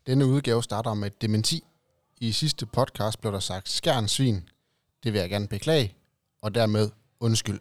Denne udgave starter med et dementi. I sidste podcast blev der sagt skærn svin. Det vil jeg gerne beklage, og dermed undskyld.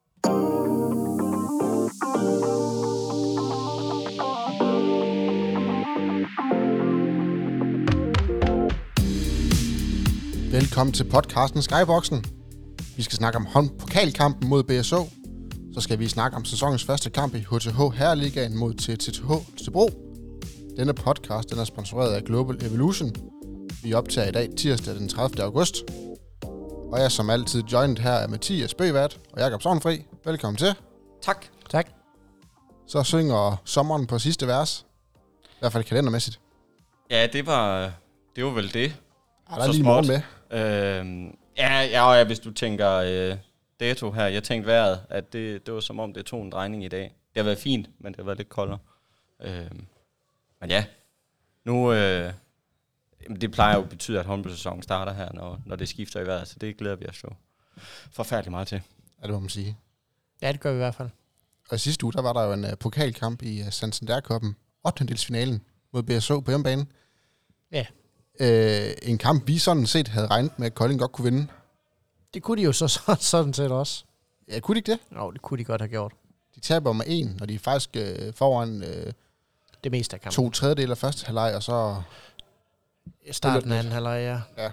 Velkommen til podcasten Skyboxen. Vi skal snakke om pokalkampen mod BSO. Så skal vi snakke om sæsonens første kamp i HTH Herreligaen mod TTH Holstebro. Denne podcast den er sponsoreret af Global Evolution. Vi optager i dag tirsdag den 30. august. Og jeg som altid joined her af Mathias Bøvat og Jakob Sovnfri. Velkommen til. Tak. Tak. Så synger sommeren på sidste vers. I hvert fald kalendermæssigt. Ja, det var vel det. Der er lige morgen med. Ja, hvis du tænker dato her. Jeg tænkte vejret, at det var som om, det tog en drejning i dag. Det har været fint, men det har været lidt koldere. Men ja, nu... det plejer jo at betyde, at håndboldsæsonen starter her, når det skifter i vejret. Så det glæder vi os jo forfærdeligt meget til. Ja, det må man sige. Ja, det gør vi i hvert fald. Og sidste uge, der var der jo en pokalkamp i Santander-koppen. 8. mod BSO på hjemmebane. Ja. En kamp, vi sådan set havde regnet med, at Kolding godt kunne vinde. Det kunne de jo sådan set også. Ja, kunne de ikke det? Jo, det kunne de godt have gjort. De taber med 1, og de er faktisk foran det meste af kampen. 2/3 af første halvleg, og så... Starten af anden halvleg, ja.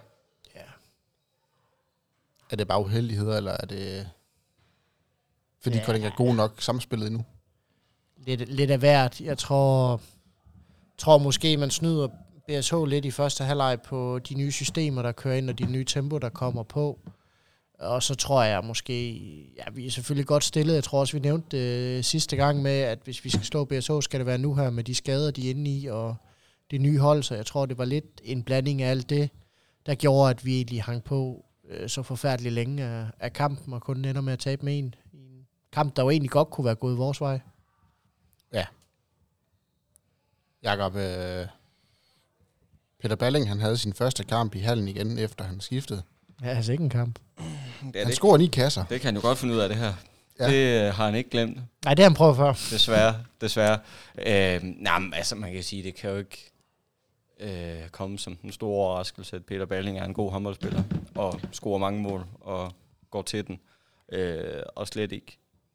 Er det bare uheldigheder, eller er det... Fordi Kolding er god nok samspillet endnu? Lidt af hvert. Jeg tror måske, man snyder BSH lidt i første halvleg på de nye systemer, der kører ind, og de nye tempo, der kommer på. Og så tror jeg måske, ja, vi er selvfølgelig godt stillet. Jeg tror også, vi nævnte det sidste gang med, at hvis vi skal slå BSH, skal det være nu her med de skader, de er inde i, og det nye hold. Så jeg tror, det var lidt en blanding af alt det, der gjorde, at vi egentlig hang på så forfærdeligt længe af kampen, og kun ender med at tabe med en kamp, der jo egentlig godt kunne være gået vores vej. Ja. Jakob, Peter Balling, han havde sin første kamp i hallen igen, efter han skiftede. Ja, altså ikke en kamp. Han scorer 9 kasser. Det kan han jo godt finde ud af, det her. Ja. Det har han ikke glemt. Nej, det har han prøvet før. Desværre. Altså man kan sige, det kan jo ikke komme som en stor overraskelse, at Peter Balling er en god håndboldspiller, og scorer mange mål, og går til den. Og slet ikke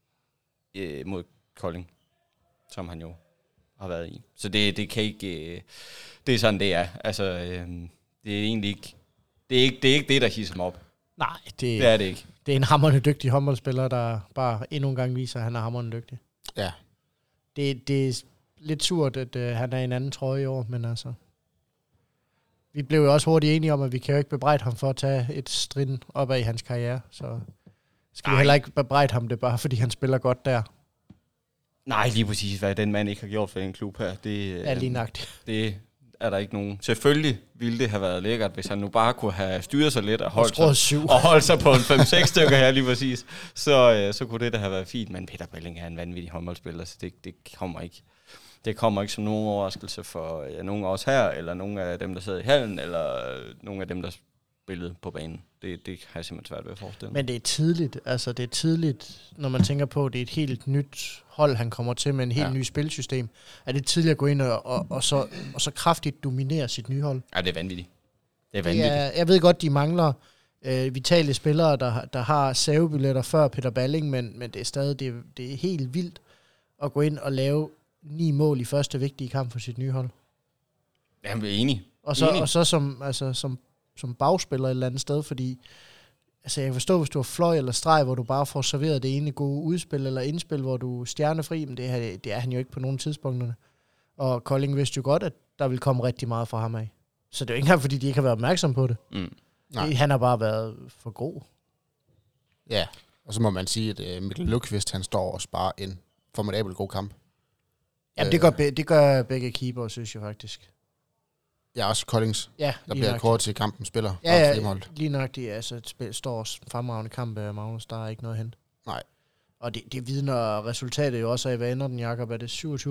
mod Kolding, som han jo har været i. Så det kan ikke... det er sådan, det er. Altså, det er egentlig ikke... Det er ikke det, der hisser mig op. Nej, det er det ikke. Det er en hamrende dygtig håndboldspiller, der bare endnu en gang viser, at han er hamrende dygtig. Ja. Det er lidt surt, at han er i en anden trøje i år, men altså... Vi blev jo også hurtigt enige om, at vi kan jo ikke bebrejde ham for at tage et trin opad i hans karriere, så skal vi heller ikke bebrejde ham det bare, fordi han spiller godt der. Nej, lige præcis, hvad den mand ikke har gjort for en klub her. Det er lige nøjagtigt. Det er der ikke nogen. Selvfølgelig ville det have været lækkert, hvis han nu bare kunne have styret sig lidt og holdt sig på en 5-6 stykker her lige præcis. Så kunne det da have været fint, men Peter Balling er en vanvittig håndboldspiller, så det kommer ikke. Det kommer ikke som nogen overraskelse for nogen af os her, eller nogen af dem, der sidder i hallen, eller nogen af dem, der spillede på banen. Det har jeg simpelthen svært ved at forestille mig. Men det er tidligt. Altså, det er tidligt, når man tænker på, at det er et helt nyt hold, han kommer til med en helt ny spilsystem. Er det tidligt at gå ind og så kraftigt dominere sit nye hold? Ja, det er vanvittigt. Jeg ved godt, de mangler vitale spillere, der har savebilletter før Peter Balling, men det er stadig det er helt vildt at gå ind og lave 9 mål i første vigtige kamp for sit nye hold. Jamen, vi er enige. Og så som bagspiller et eller andet sted, fordi altså jeg kan forstå, hvis du har fløj eller streg, hvor du bare får serveret det ene gode udspil eller indspil, hvor du er stjernefri, men det er han jo ikke på nogen tidspunkterne. Og Kolding vidste jo godt, at der ville komme rigtig meget fra ham af. Så det er jo ikke engang, fordi de ikke har været opmærksom på det. Han har bare været for god. Ja, og så må man sige, at Mikkel Lukvist, han står og sparer en formidabel god kamp. Jamen, det gør begge keeper, synes jeg faktisk. Ja, også Koldings. Ja, der bliver kort til kampen spiller. Ja, lige nok det. Altså, står fremragende kamp af Magnus, der er ikke noget hen. Nej. Og det vidner resultatet jo også af, hvad ender den, Jakob? Er det 27-28? 24-25. 24-25.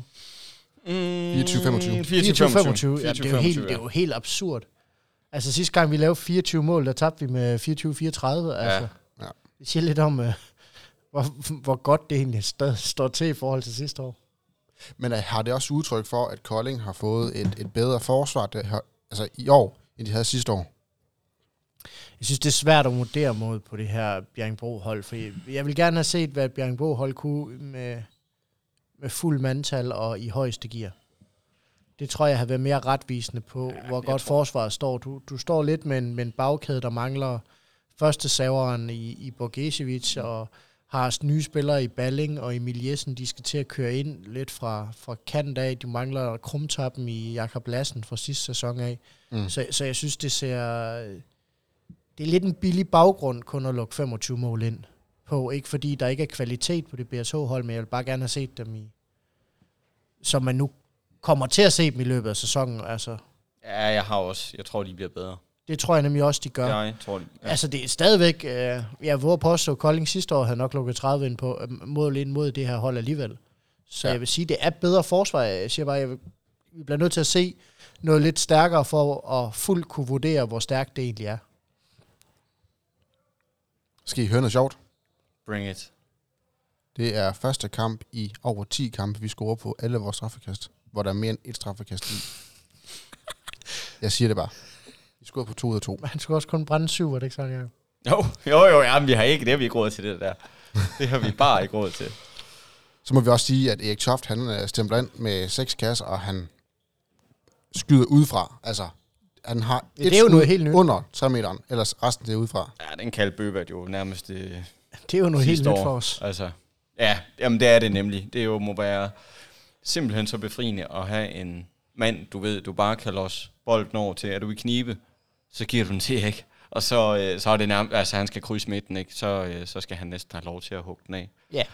Ja, det er jo helt absurd. Altså, sidste gang vi lavede 24 mål, der tabte vi med 24-34. Altså, det siger lidt om, hvor godt det egentlig står til i forhold til sidste år. Men har det også udtryk for, at Kolding har fået et bedre forsvar altså i år, end de havde sidste år? Jeg synes, det er svært at vurdere mod på det her Bjerringbro-hold, for jeg vil gerne have set, hvad Bjerringbro-hold kunne med fuld mandtal og i højeste gear. Det tror jeg har været mere retvisende på, hvor godt forsvaret står. Du står lidt med en bagkæde, der mangler første saveren i Borgesevic, og har nye spillere i Balling og Emil Jessen, de skal til at køre ind lidt fra kanten af. Du mangler krumtappen i Jakob Lassen fra sidste sæson af. Så jeg synes, det er lidt en billig baggrund kun at lukke 25 mål ind på. Ikke fordi der ikke er kvalitet på det BSH-hold, men jeg vil bare gerne have set dem som man nu kommer til at se dem i løbet af sæsonen. Altså. Ja, jeg tror, de bliver bedre. Det tror jeg nemlig også, de gør. Ja, jeg tror, ja. Altså, det er stadigvæk... jeg våger påstå, at Kolding sidste år havde nok lukket 30 ind på mål ind mod det her hold alligevel. Så jeg vil sige, det er bedre forsvar. Jeg siger bare, vi bliver nødt til at se noget lidt stærkere for at fuldt kunne vurdere, hvor stærkt det egentlig er. Skal I høre noget sjovt? Bring it. Det er første kamp i over 10 kampe, vi scorer på alle vores straffekast, hvor der er mere end et straffekast i. Jeg siger det bare. Vi scorede på 2 ud af 2. Han skulle også kun brænde 7, er det ikke sådan, Jo, jamen, vi har ikke råd til det der. Det har vi bare ikke råd til. Så må vi også sige, at Erik Toft, han stempler ind med 6 kasser, og han skyder udefra. Altså, han har det er jo noget helt nyt. Under 3 meteren, ellers resten det er udefra. Ja, den kaldte Bøbert jo nærmest det er jo noget helt nyt for os. Altså, ja, jamen det er det nemlig. Det jo må være simpelthen så befriende at have en mand, du bare kan låse bolden over til. Er du i knibe, så giver du den til, ikke? Og så er det nærmest, altså han skal krydse midten, ikke? Så skal han næsten have lov til at hugge den af. Ja.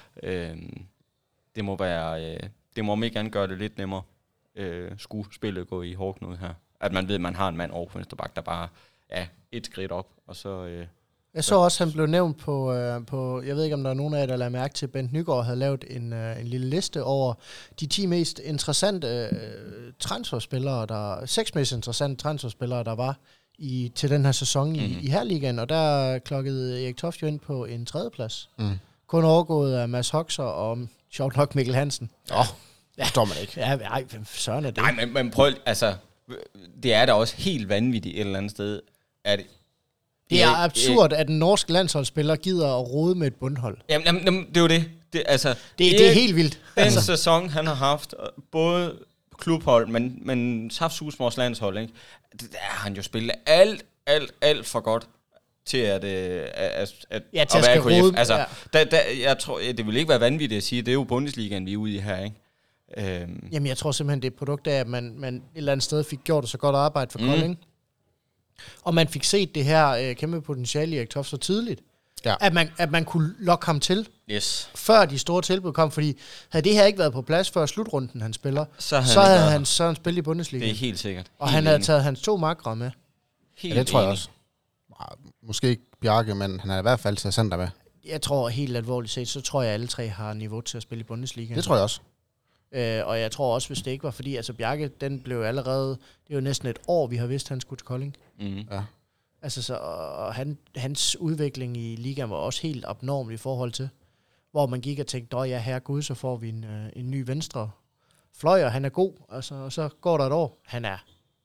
Det må være, det må ikke gerne gøre det lidt nemmere. Skulle spillet gå i hårdknude her. At man ved, at man har en mand over på venstre bak, der bare er et skridt op, og så... Jeg så også, han blev nævnt på, jeg ved ikke, om der er nogen af jer, der lader mærke til, Bent Nygaard havde lavet en lille liste over de 10 mest interessante transferspillere, 6 mest interessante transferspillere, der var til den her sæson i Herligaen, og der klokkede Erik Toft jo ind på en 3. plads. Kun overgået af Mads Hoxer og sjovt nok Mikkel Hansen. Det forstår man ikke. Ja, ej, søren er det. Nej, men prøv, altså, det er da også helt vanvittigt et eller andet sted, at... Det er absurd, at en norsk landsholdsspiller gider at rode med et bundhold. Jamen det er jo det. Det er helt vildt. Den sæson, han har haft, både klubhold, men Saftsusmors landshold, ikke? Der har han jo spillet alt for godt til at være KF. Altså, jeg tror, det vil ikke være vanvittigt at sige, det er jo Bundesligaen, vi er ude i her, ikke? Jamen, jeg tror simpelthen, det er et produkt af, at man et eller andet sted fik gjort så godt arbejde for Kolding. Og man fik set det her kæmpe potentiale i Erik Toft så tidligt, at man kunne lokke ham til, før de store tilbud kom, fordi havde det her ikke været på plads før slutrunden, han spiller, så havde han spillet i Bundesliga. Det er helt sikkert. Og han havde taget hans 2 makkere med. Det tror jeg også. Måske ikke Bjarke, men han har i hvert fald taget center med. Jeg tror helt alvorligt set, så tror jeg, at alle 3 har niveau til at spille i Bundesliga. Det tror jeg også. Og jeg tror også, hvis det ikke var fordi, altså Bjarke, den blev allerede, det er jo næsten et år, vi har vidst, han skulle til Kolding. Ja. Altså, og hans udvikling i ligaen var også helt abnorm i forhold til, hvor man gik og tænkte, herregud, så får vi en ny venstre fløj, og han er god. Altså, og så går der et år. Han er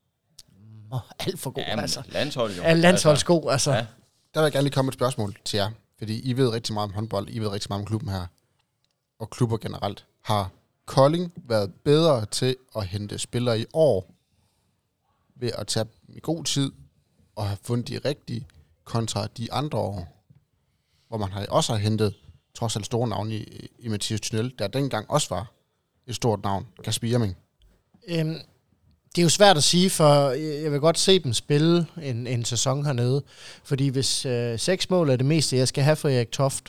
alt for god. Ja, altså. Landshold jo. Landsholdsgod, altså. Ja. Der vil jeg gerne lige komme et spørgsmål til jer, fordi I ved rigtig meget om håndbold, I ved rigtig meget om klubben her, og klubber generelt. Har Kolding været bedre til at hente spillere i år, ved at tage i god tid, og have fundet de rigtige kontra de andre år, hvor man også har hentet trods alt store navne i Mathias Tunnel, der dengang også var et stort navn, Kasper Jerming. Det er jo svært at sige, for jeg vil godt se dem spille en sæson hernede, fordi hvis 6 mål er det meste, jeg skal have for Erik Toft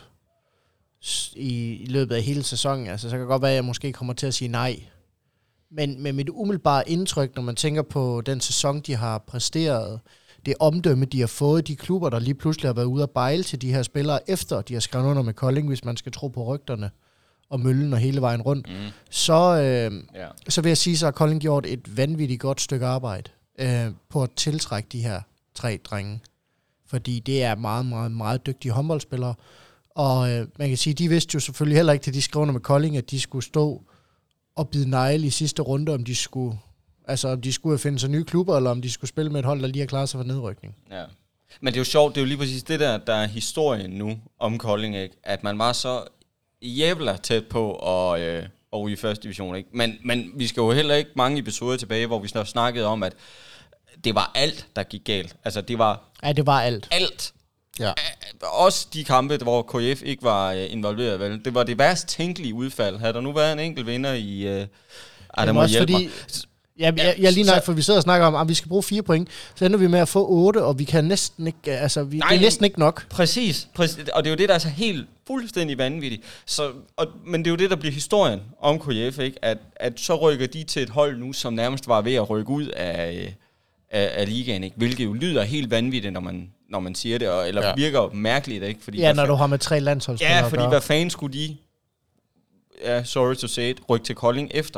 i løbet af hele sæsonen, altså, så kan det godt være, at jeg måske kommer til at sige nej. Men med mit umiddelbare indtryk, når man tænker på den sæson, de har præsteret, det omdømme, de har fået, de klubber, der lige pludselig har været ude at bejle til de her spillere, efter de har skrevet under med Kolding, hvis man skal tro på rygterne og møllen og hele vejen rundt, så vil jeg sige, så har Kolding gjort et vanvittigt godt stykke arbejde på at tiltrække de her 3 drenge. Fordi det er meget, meget, meget dygtige håndboldspillere. Og man kan sige, de vidste jo selvfølgelig heller ikke, til de skrev under med Kolding, at de skulle stå at bide negle i sidste runde, om de skulle finde sig nye klubber, eller om de skulle spille med et hold, der lige har klaret sig for nedrykning. Ja. Men det er jo sjovt, det er jo lige præcis det der er historien nu om Kolding, ikke? At man var så jævla tæt på at ryge i første division, ikke? Men vi skal jo heller ikke mange episoder tilbage, hvor vi snakkede om, at det var alt, der gik galt. Altså, det var... Ja, det var alt. Alt. Ja. Også de kampe, hvor KF ikke var involveret, vel? Det var det værst tænkelige udfald. Havde der nu været en enkelt vinder i... der må hjælpe mig. Jeg lige nok, for vi sidder og snakker om, at vi skal bruge 4 point, så ender vi med at få 8, og vi kan næsten ikke, det er næsten ikke nok. Præcis, og det er jo det, der er så helt fuldstændig vanvittigt. Men det er jo det, der bliver historien om KF, ikke? At så rykker de til et hold nu, som nærmest var ved at rykke ud af ligaen, ikke? Hvilket jo lyder helt vanvittigt, når man siger det, eller virker mærkeligt, ikke? Fordi når du har med 3 landsholdsspillere. Ja, fordi hvad fanden skulle de, sorry to say it, rykke til Kolding efter?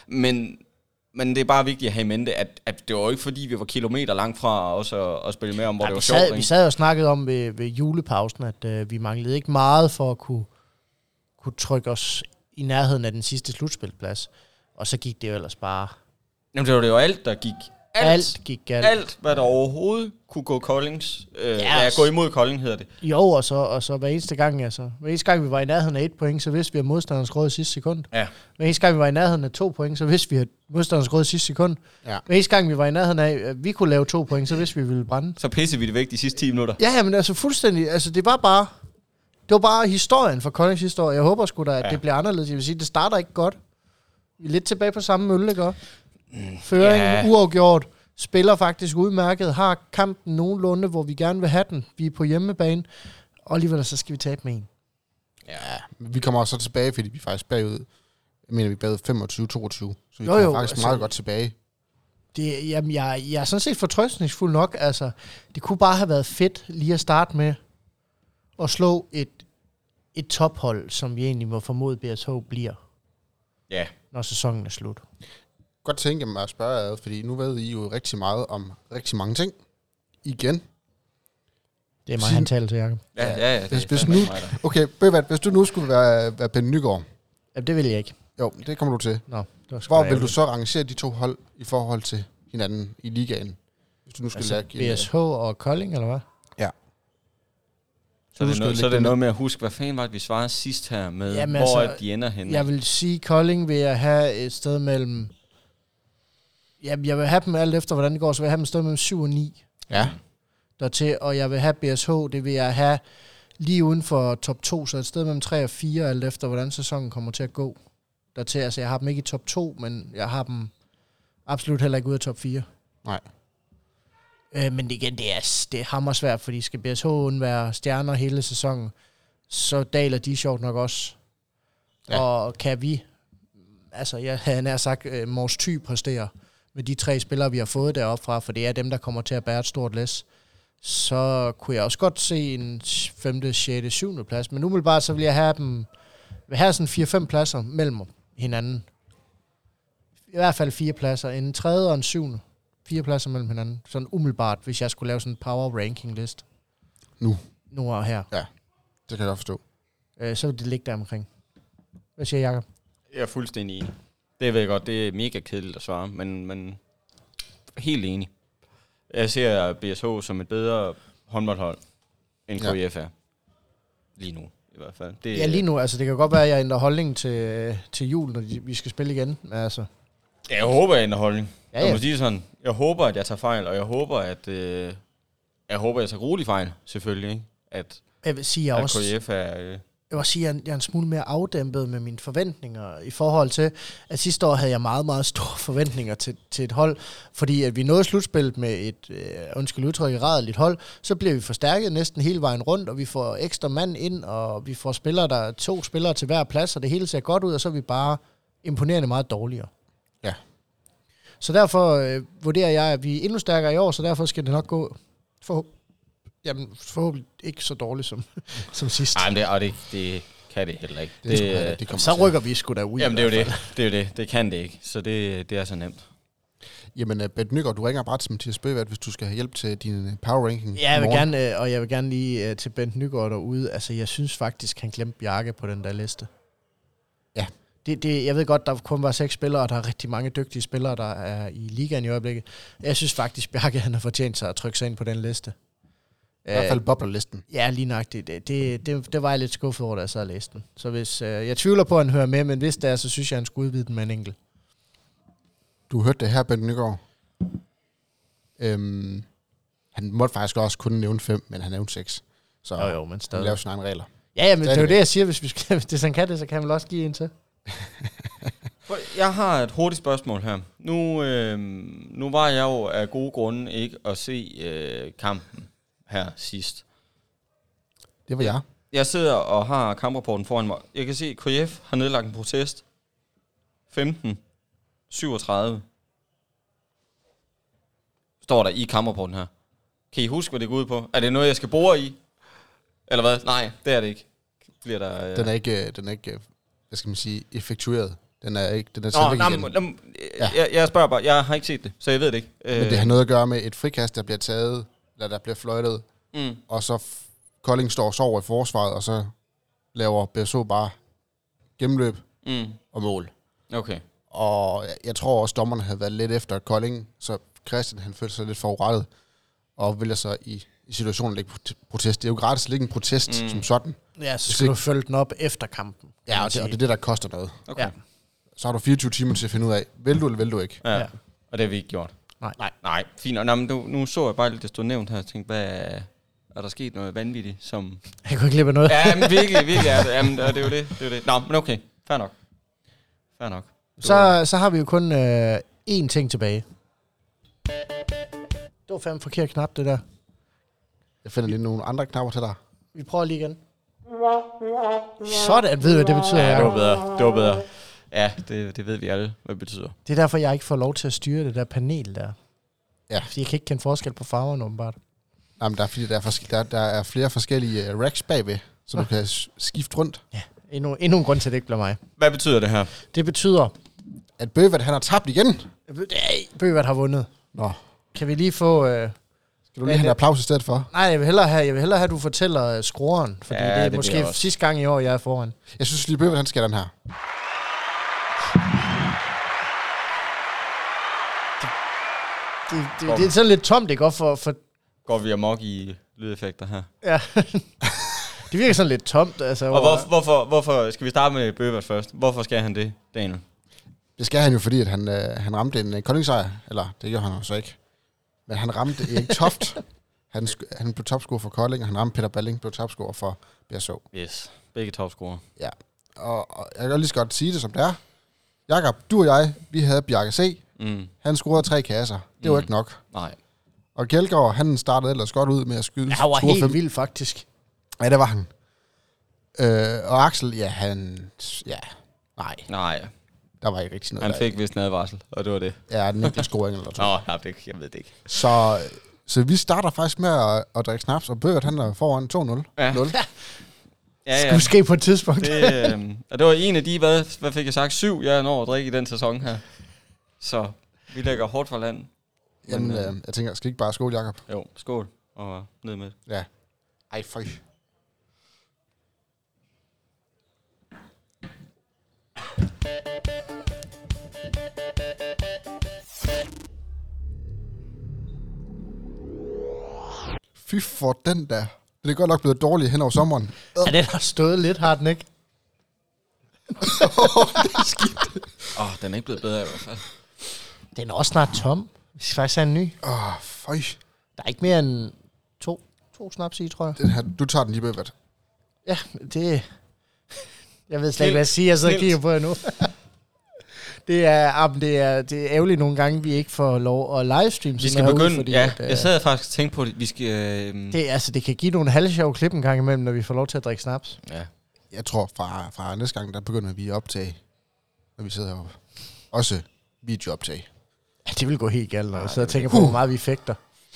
Men det er bare vigtigt at have i mente, at det var jo ikke fordi, vi var kilometer langt fra også at spille med om, hvor det var sjovt. Vi sad og snakkede om ved julepausen, at vi manglede ikke meget for at kunne trykke os i nærheden af den sidste slutspilsplads. Og så gik det jo ellers bare... Jamen det var det jo alt, der gik... Alt gik galt. Alt, hvad der overhovedet kunne gå Koldings... gå imod Kolding, hedder det. Jo, og så hver eneste gang vi var i nærheden af 1 point, så vidste vi, at modstanderens råd i sidste sekund. Ja. Hver eneste gang vi var i nærheden af 2 point, så vidste vi, at modstanderens råd i sidste sekund. Ja. Hver eneste gang vi var i nærheden af, at vi kunne lave 2 point, så vidste vi ville brænde. Så pissede vi det væk de sidste 10 minutter. Ja, men altså fuldstændig... Altså, det var bare historien for Koldings historie. Jeg håber sgu da, at det bliver anderledes. Jeg vil sige, det starter ikke godt. Vi er lidt tilbage på samme mølle, ikke? Føringen uafgjort. Spiller faktisk udmærket, har kampen nogenlunde, hvor vi gerne vil have den. Vi er på hjemmebane, og alligevel så skal vi tabe med en. Ja, vi kommer også så tilbage, fordi vi er faktisk bagud. Jeg mener, vi er bagud 25-22, så vi kommer faktisk meget godt tilbage. Jeg er sådan set fortrøstningsfuld nok. Altså, det kunne bare have været fedt lige at starte med at slå et tophold, som vi egentlig må formode BSH bliver, når sæsonen er slut. Godt tænke mig at spørge jer, fordi nu ved I jo rigtig meget om rigtig mange ting. Igen. Det er mig, han taler til, Jacob. Ja. Hvis du nu skulle være Bent Nygård. Ja, det vil jeg ikke. Jo, det kommer du til. Nå, hvor vil du så rangere de 2 hold i forhold til hinanden i ligaen? Hvis du nu skulle lægge BSH og Kolding, eller hvad? Ja. Så er det noget med at huske, hvad fanden var det, vi svarede sidst her med, hvor de ender henne? Jeg vil sige, Kolding vil jeg have et sted mellem... Jamen, jeg vil have dem alt efter, hvordan det går, så vil jeg have dem et sted mellem 7 og 9. Ja. Dertil, og jeg vil have BSH, det vil jeg have lige uden for top 2, så et sted mellem 3 og 4, alt efter, hvordan sæsonen kommer til at gå. Dertil, altså jeg har dem ikke i top 2, men jeg har dem absolut heller ikke ude af top 4. Nej. Men igen, det er hammersvært, fordi skal BSH være stjerner hele sæsonen, så daler de sjovt nok også. Ja. Og kan vi, altså jeg havde nær sagt, Mors Thy præsterer med de 3 spillere, vi har fået deroppe fra, for det er dem, der kommer til at bære et stort læs, så kunne jeg også godt se en 5., 6., 7. plads. Men umiddelbart, så vil jeg have sådan 4-5 pladser mellem hinanden. I hvert fald 4 pladser. En 3. og en 7. 4 pladser mellem hinanden. Sådan umiddelbart, hvis jeg skulle lave sådan en power ranking list. Nu og her. Ja, det kan jeg godt forstå. Så vil det ligge der omkring. Hvad siger Jacob? Jeg er fuldstændig enig. Det ved jeg godt, det er mega kedeligt at svare, men helt enig. Jeg ser BSH som et bedre håndboldhold, end KF er. Lige nu, i hvert fald. Lige nu. Altså, det kan godt være, at jeg ændrer holdning til jul, når vi skal spille igen. Altså. Jeg håber, jeg ændrer holdning. Ja. Jeg må sige sådan, jeg håber, at jeg tager fejl, og jeg håber, at jeg tager rolig fejl, selvfølgelig. Ikke? Jeg vil sige, at KF er... Jeg vil sige, at jeg er en smule mere afdæmpet med mine forventninger i forhold til, at sidste år havde jeg meget, meget store forventninger til et hold, fordi at vi nåede slutspillet med et, rædeligt hold, så bliver vi forstærket næsten hele vejen rundt, og vi får ekstra mand ind, og vi får 2 spillere til hver plads, og det hele ser godt ud, og så er vi bare imponerende meget dårligere. Ja. Så derfor vurderer jeg, at vi er endnu stærkere i år, så derfor skal det nok gå forhåbentlig ikke så dårligt som sidst. Nej, men det kan det heller ikke. Så rykker vi sgu da ud. Jamen det er jo det. Det kan det ikke. Så det er så nemt. Jamen Bent Nygård, du ringer bare til Mathias Bøgevært, hvis du skal have hjælp til din power ranking. Ja, jeg vil gerne lige til Bent Nygård derude. Altså jeg synes faktisk, han glemte Bjarke på den der liste. Ja, Jeg ved godt, der kun var 6 spillere, og der er rigtig mange dygtige spillere, der er i ligaen i øjeblikket. Jeg synes faktisk, Bjarke han har fortjent sig at trykke sig ind på den liste. I hvert fald boblerlisten. Ja, lige nøjagtigt. Det var jeg lidt skuffet over, da jeg sad og læste den. Så hvis jeg tvivler på, at han hører med, men hvis det er, så synes jeg, han skulle udvide den med en enkelt. Du hørte det her, Bent Nygaard. Han måtte faktisk også kun nævne 5, men han nævnte 6. Så Jo, men stadig. han laver sine egne regler. Ja, men det er jo det, jeg siger. Hvis han kan det, så kan han vel også give en til. Jeg har et hurtigt spørgsmål her. Nu var jeg jo af gode grunde ikke at se kampen her sidst. Det var jeg. Jeg sidder og har kamprapporten foran mig. Jeg kan se, at KF har nedlagt en protest. 15:37. Står der i kamprapporten her. Kan I huske, hvad det går ud på? Er det noget, jeg skal bore i? Eller hvad? Nej, det er det ikke. Bliver der, Den er ikke, hvad skal man sige, effektueret. Den er ikke, den er jeg spørger bare, jeg har ikke set det, så jeg ved det ikke. Men det har noget at gøre med et frikast, der bliver taget, eller der bliver fløjtet, og så Kolding står og sover i forsvaret, og så laver BSO bare gennemløb og mål. Okay. Og jeg tror også, dommerne havde været lidt efter Kolding, så Christian han følte sig lidt forurettet, og vælger så i situationen lægge protest. Det er jo gratis at lægge en protest som sådan. Ja, så skal du følge den op efter kampen. Ja, og det er det, der koster noget. Okay. Ja. Så har du 24 timer til at finde ud af, vil du eller vil du ikke? Ja. Og det har vi ikke gjort. Nej. Fint. Og nu så jeg bare lidt, det stod nævnt her, og tænkte, hvad er der sket noget vanvittigt, som... Jeg kunne ikke lide noget. Ja, men virkelig er det. Jamen, det er jo det. Nå, men okay. Fair nok. Så har vi jo kun én ting tilbage. Det var fandme forkert knap, det der. Jeg finder lige nogle andre knapper til dig. Vi prøver lige igen. Sådan, ved du, hvad det betyder? Ja, det var bedre. Ja, det ved vi alle, hvad det betyder. Det er derfor, jeg ikke får lov til at styre det der panel der. Ja. Fordi jeg kan ikke kende forskel på farverne, åbenbart. Jamen, der er, fordi der er flere forskellige racks bagved, så du kan skifte rundt. Ja, endnu en grund til, at det ikke bliver mig. Hvad betyder det her? Det betyder, At Bøvat, han har tabt igen. Bøvat har vundet. Nå. Kan vi lige få... Skal du lige have en applaus i stedet for? Nej, jeg vil hellere have, at du fortæller scoren, fordi Ja, det er det måske sidste gang i år, jeg er foran. Jeg synes lige, Bøvat, han skal den her. Det er sådan lidt tomt, ikke? For Går vi amok i lydeffekter her? ja. Det virker sådan lidt tomt. Altså, Og hvorfor skal vi starte med Bøvert først? Hvorfor skal han det, Daniel? Det skal han jo, fordi at han ramte en Kolding-sejr. Eller, det gjorde han jo så ikke. Men han ramte Erik Toft. Han blev topscorer for Kolding, og han ramte Peter Balling, blev topscorer for BSO. Yes, begge topscorer. Ja, og jeg kan lige så godt sige det, som det er. Jakob, du og jeg, vi havde Bjarke C. Han scorede 3 kasser. Det var ikke nok. Nej. Og Kjeldgaard, han startede ellers godt ud med at skyde. Han var helt vild, faktisk. Ja, det var han. Og Axel, Nej. Der var ikke rigtig noget. Han fik vist en advarsel, og det var det. Ja, den enkle scoring eller to. Nå, jeg ved det ikke. Så vi starter faktisk med at drikke snaps, og Bøgert, han er foran 2-0. Ja. 0. Ja. Skulle ske på et tidspunkt. Og det var en af de, hvad fik jeg sagt, 7, jeg når at drikke i den sæson her. Så vi lægger hårdt fra land. Jamen, jeg tænker, skal ikke bare skåle, Jakob? Jo, skål. Og ned med. Ja. Ej, føj. Fy for den der. Det er godt nok blevet dårligt hen over sommeren. Ja, den har stået lidt, har den ikke? Det er skidt. Den er ikke blevet bedre i hvert fald. Den er også snart tom. Vi skal faktisk have en ny. Føj. Der er ikke mere end to snaps i, tror jeg. Den her, du tager den lige, Bøgert. Ja, det... Jeg ved slet ikke, hvad jeg siger. Jeg sidder og kigger på jer nu. Det er ærgerligt nogle gange, vi ikke får lov at livestream. Vi skal begynde, fordi jeg sad faktisk og tænkte på det. Vi skal... Det kan give nogle halvsjove klip en gang imellem, når vi får lov til at drikke snaps. Ja. Jeg tror, fra næste gang, der begynder vi at optage, når vi sidder heroppe. Også videooptag. Ja, det vil gå helt galt, når jeg sidder og tænker på, hvor meget vi fægter.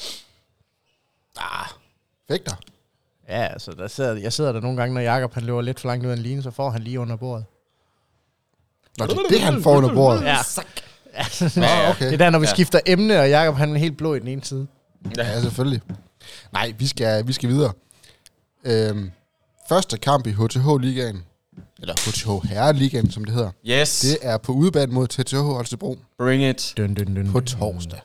Fægter. Ja, altså, jeg sidder der nogle gange, når Jakob han løber lidt for langt ud af en line, så får han lige under bordet. Nå, det han får under bordet. Ja. Ja, okay. Det er der, når vi skifter emne, og Jakob han er helt blå i den ene side. Ja, selvfølgelig. Nej, vi skal videre. Første kamp i HTH-ligaen eller HTH Herreligaen, som det hedder. Yes. Det er på udebane mod TTH Holstebro. Bring it. På torsdag.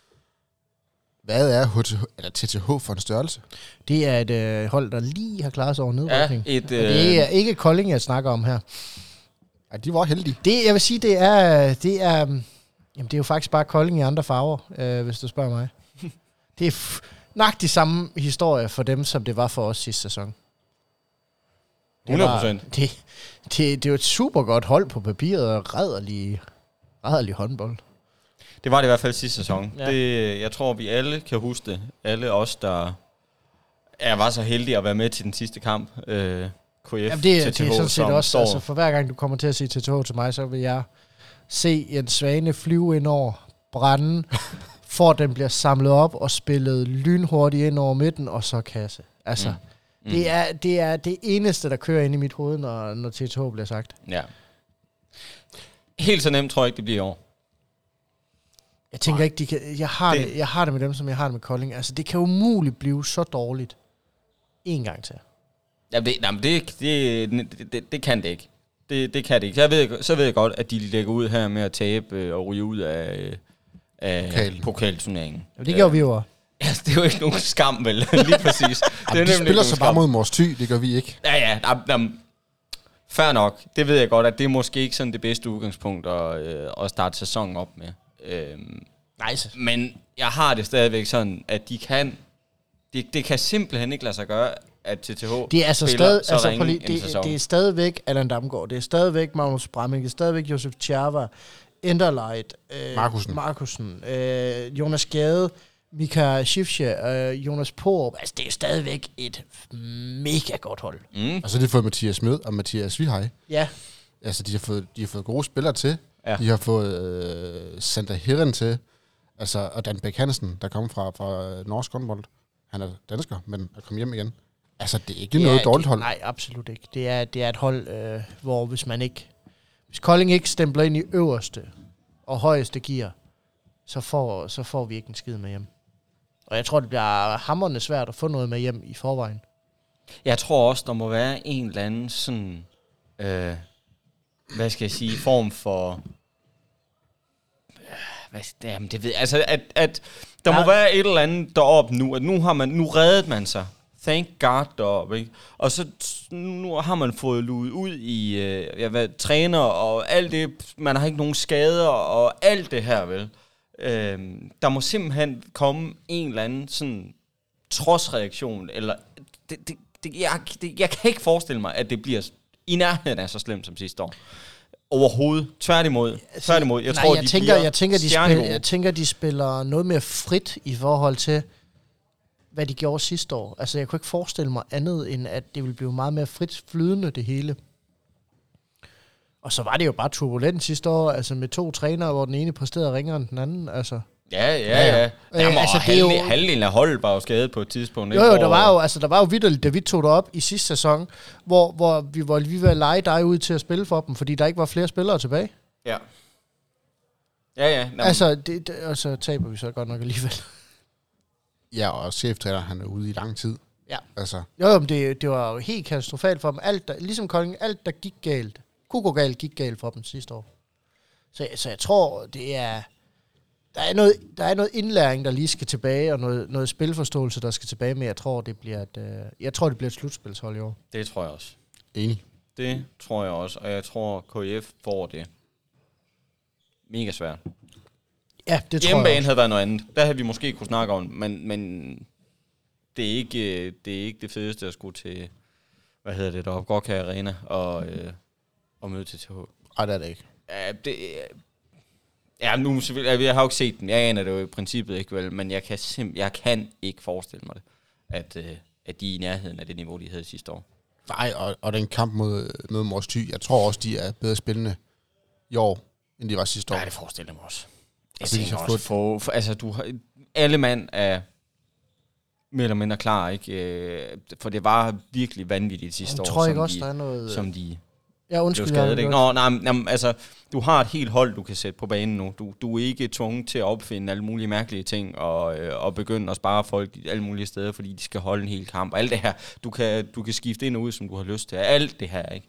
Hvad er TTH for en størrelse? Det er et hold, der lige har klaret sig over nedrykning. Ja, det er ikke Kolding, jeg snakker om her. Ja, de var heldige. Jeg vil sige, det er jamen, det er jo faktisk bare Kolding i andre farver, hvis du spørger mig. Det er nok de samme historie for dem, som det var for os sidste sæson. 100%. Det er jo et super godt hold på papiret, og rædderlig håndbold. Det var det i hvert fald sidste sæson. Ja. Jeg tror, vi alle kan huske det. Alle os, der var så heldige at være med til den sidste kamp. KF, Jamen, det er sådan set også, står. altså for hver gang du kommer til at sige TTH til mig, så vil jeg se en svane flyve ind over, brænde, for at den bliver samlet op og spillet lynhurtigt ind over midten, og så kasse. Altså, det er det eneste, der kører ind i mit hoved, når TTH bliver sagt. Ja. Helt så nemt tror jeg ikke, det bliver i år. Jeg tænker ikke, de kan, jeg har det med dem, som jeg har det med Kolding. Altså, det kan umuligt blive så dårligt en gang til. Ja, det kan det ikke. Det kan det ikke. Så ved jeg godt, at de lægger ud her med at tabe og ryge ud af pokalturneringen. Jamen, det gjorde vi jo. Altså, det er jo ikke nogen skam, vel? Lige præcis. De spiller så bare mod Mors Thy, det gør vi ikke. Ja. Fair nok. Det ved jeg godt, at det er måske ikke sådan det bedste udgangspunkt at starte sæsonen op med. Nice. Men jeg har det stadigvæk sådan, at de kan... Det kan simpelthen ikke lade sig gøre, at TTH det er altså spiller så ringe en sæson. Det er stadigvæk Allan Damgaard, det er stadigvæk Magnus Bramming, det er stadigvæk Josef Tjerva, Enderleit, Markusen, Jonas Gade, Mika Schifsche, Jonas Porup. Altså, det er stadigvæk et mega godt hold. Og så har de fået Mathias Smed og Mathias Vihaj. Ja. Altså, de har fået gode spillere til. Ja. De har fået Sander Herren til. Altså, og Dan Bæk Hansen, der kommer fra norsk håndbold. Han er dansker, men er kommet hjem igen. Altså, det er ikke noget dårligt hold. Nej, absolut ikke. Det er et hold, hvor hvis Kolding ikke stempler ind i øverste og højeste gear, så får vi ikke en skid med hjem. Og jeg tror, det bliver hamrende svært at få noget med hjem i forvejen. Jeg tror også, der må være en eller anden sådan, form for... det ved jeg. Altså, at der må være et eller andet deroppe nu, at nu reddede man sig. Thank God deroppe, ikke? Og så nu har man fået luet ud i træner og alt det. Man har ikke nogen skader og alt det her, vel? Der må simpelthen komme en eller anden sådan trodsreaktion, eller jeg kan ikke forestille mig, at det bliver i nærheden af så slemt som sidste år. Overhovedet. Tværtimod. Jeg tænker, de spiller noget mere frit i forhold til, hvad de gjorde sidste år. Altså, jeg kunne ikke forestille mig andet, end at det ville blive meget mere frit flydende, det hele. Og så var det jo bare turbulent sidste år, altså med 2 trænere, hvor den ene præsterede ringere end den anden, altså. Ja. Halvdelen af holdet var jo skadet på et tidspunkt. Jo, der var jo vitterligt, da vi tog det op i sidste sæson, hvor vi var lege dig ud til at spille for dem, fordi der ikke var flere spillere tilbage. Ja. Altså, og så taber vi så godt nok alligevel. Ja, og cheftræner, han er ude i lang tid. Ja. Altså. Jo, men det var jo helt katastrofalt for dem. Ligesom Kolding, alt der gik galt, gik galt for dem sidste år. Så jeg tror, det er... Der er noget indlæring, der lige skal tilbage, og noget spilforståelse, der skal tilbage med. Jeg tror, det bliver et slutspilshold i år. Det tror jeg også. Enig. Det tror jeg også, og jeg tror, KF får det mega svært. Ja, det tror Hjemmebane jeg også. havde været noget andet. Der havde vi måske kunne snakke om, men det er ikke det fedeste at skulle til, deroppe, Gorka Arena og møde TTH. Nej, det er det ikke. Nu selvfølgelig, jeg har jo ikke set den. Jeg aner det jo i princippet ikke, vel, men jeg kan ikke forestille mig det, at de er i nærheden af det niveau, de havde sidste år. Nej, og den kamp mod Mors Thy, jeg tror også, de er bedre spillende i år, end de var sidste år. Nej, det forestiller mig også. Jeg tænker også, altså, alle mand er mere eller mindre klar, ikke? For det var virkelig vanvittigt sidste år, tror jeg også, der er noget... som de... Ja, undskyld. Skadet, ikke? Altså, du har et helt hold, du kan sætte på banen nu. Du er ikke tvunget til at opfinde alle mulige mærkelige ting, og begynde at spare folk alle mulige steder, fordi de skal holde en hel kamp. Alt det her, du kan skifte ind og ud, som du har lyst til. Alt det her, ikke?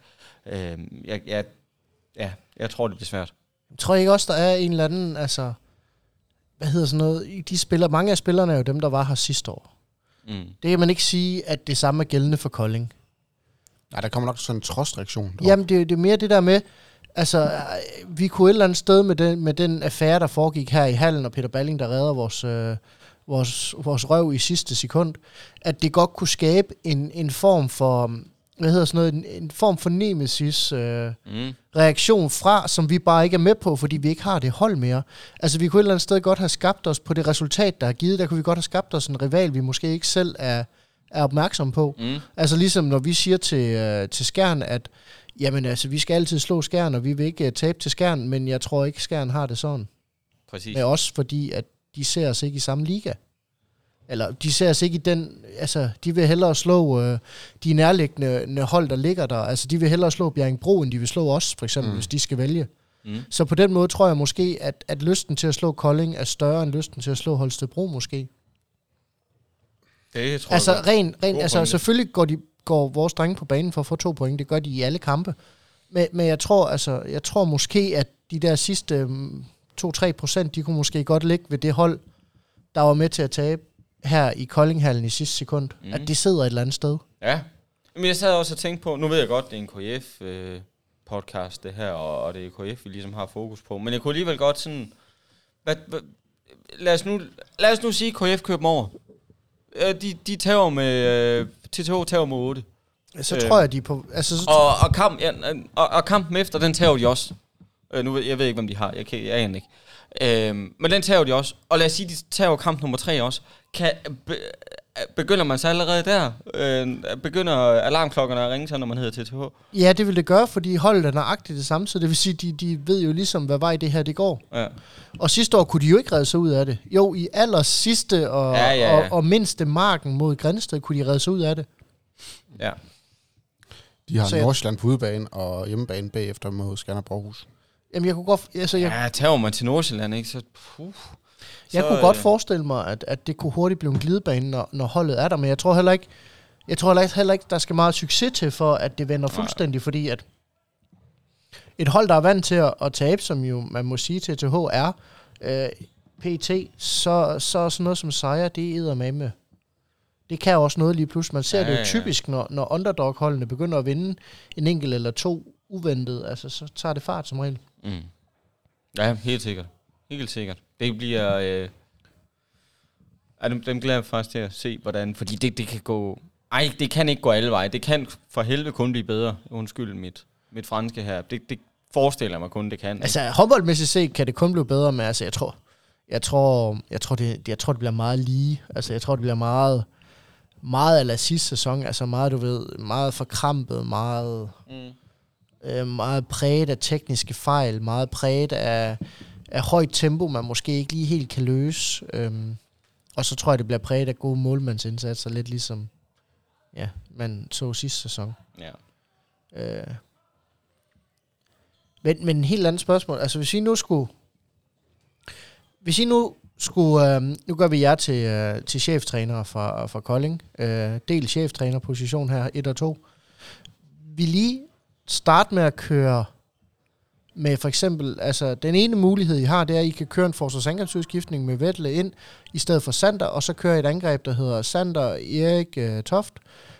Jeg tror, det bliver svært. Jeg tror ikke også, der er en eller anden, altså, hvad hedder sådan noget, mange af spillerne er jo dem, der var her sidste år. Det kan man ikke sige, at det samme er gældende for Kolding. Nej, der kommer nok sådan en trostreaktion. Jamen, det er mere det der med, altså, vi kunne et eller andet sted med den affære, der foregik her i hallen, og Peter Balling, der redder vores røv i sidste sekund, at det godt kunne skabe en form for, hvad hedder sådan noget, en form for nemesis reaktion fra, som vi bare ikke er med på, fordi vi ikke har det hold mere. Altså, vi kunne et eller andet sted godt have skabt os på det resultat, der er givet, der kunne vi godt have skabt os en rival, vi måske ikke selv er opmærksom på. Altså, ligesom når vi siger til Skjern, at jamen, altså, vi skal altid slå Skjern, og vi vil ikke tabe til Skjern, men jeg tror ikke, Skjern har det sådan. Præcis. Men også fordi, at de ser os ikke i samme liga. Eller de ser os ikke i den, altså de vil hellere slå de nærliggende hold, der ligger der. Altså de vil hellere slå Bjerringbro, end de vil slå os, for eksempel, hvis de skal vælge. Så på den måde tror jeg måske, at lysten til at slå Kolding er større end lysten til at slå Holstebro måske. Det tror altså jeg altså selvfølgelig går vores drenge på banen for at få 2 point. Det gør de i alle kampe. Men jeg tror måske, at de der sidste 2-3%, de kunne måske godt ligge ved det hold, der var med til at tabe her i Koldinghallen i sidste sekund, at det sidder et eller andet sted. Ja, men jeg sad også og tænkte på, nu ved jeg godt, det er en KF-podcast det her, og det er KF, vi ligesom har fokus på, men jeg kunne alligevel godt sådan, lad os nu sige, at KF køber dem over. De tager med, TTH tager med 8. Så tror jeg, de er på... Altså, og kampen efter, den tager de også. Jeg ved ikke, hvem de har. Jeg aner ikke. Men den tager de også. Og lad os sige, de tager kamp nummer 3 også. Begynder man så allerede der? Begynder alarmklokkerne at ringe sig, når man hedder TTH? Ja, det vil det gøre, fordi holdet er nøjagtigt det samme. Så det vil sige, de ved jo ligesom, hvad vej det her det går. Ja. Og sidste år kunne de jo ikke redde sig ud af det. Jo, i aller sidste og mindste marken mod Grænsted kunne de redde sig ud af det. Ja. De har Nordsjælland på udebane og hjemmebane bagefter mod Skanderborghus. Jamen, jeg kunne godt... tager man til Nordsjælland, ikke? Så... Jeg kunne godt forestille mig, at det kunne hurtigt blive en glidebane, når holdet er der, men jeg tror heller ikke, der skal meget succes til, for at det vender fuldstændig, fordi at et hold, der er vant til at tabe, som jo man må sige til TTH er PT, så sådan noget som sejr, det er eddermame. Det kan også noget lige pludselig. Man ser det jo typisk, når underdog-holdene begynder at vinde en enkelt eller 2 uventet, altså så tager det fart som regel. Ja, helt sikkert. Helt sikkert. Det bliver... dem glæder jeg faktisk til at se, hvordan... Fordi det kan gå... Ej, det kan ikke gå alle veje. Det kan for helvede kun blive bedre. Undskyld mit franske her. Det forestiller mig kun, det kan. Altså, håndboldmæssigt set kan det kun blive bedre, men altså, jeg tror, det bliver meget lige. Altså, jeg tror, det bliver meget ala sidste sæson. Altså, meget, du ved, meget forkrampet, meget præget af tekniske fejl, meget præget af højt tempo, man måske ikke lige helt kan løse. Og så tror jeg, det bliver præget af gode målmandsindsatser, lidt ligesom man så sidste sæson. Ja. Men en helt andet spørgsmål. Altså, hvis I nu skulle... nu gør vi jer til cheftrænere fra Kolding. Del cheftrænerposition her, 1 og 2. Vi lige starte med at køre med for eksempel, altså den ene mulighed, I har, det er, at I kan køre en forsvarsangrebsudskiftning med Vettle ind, i stedet for Sander, og så køre et angreb, der hedder Sander, Erik, Toft,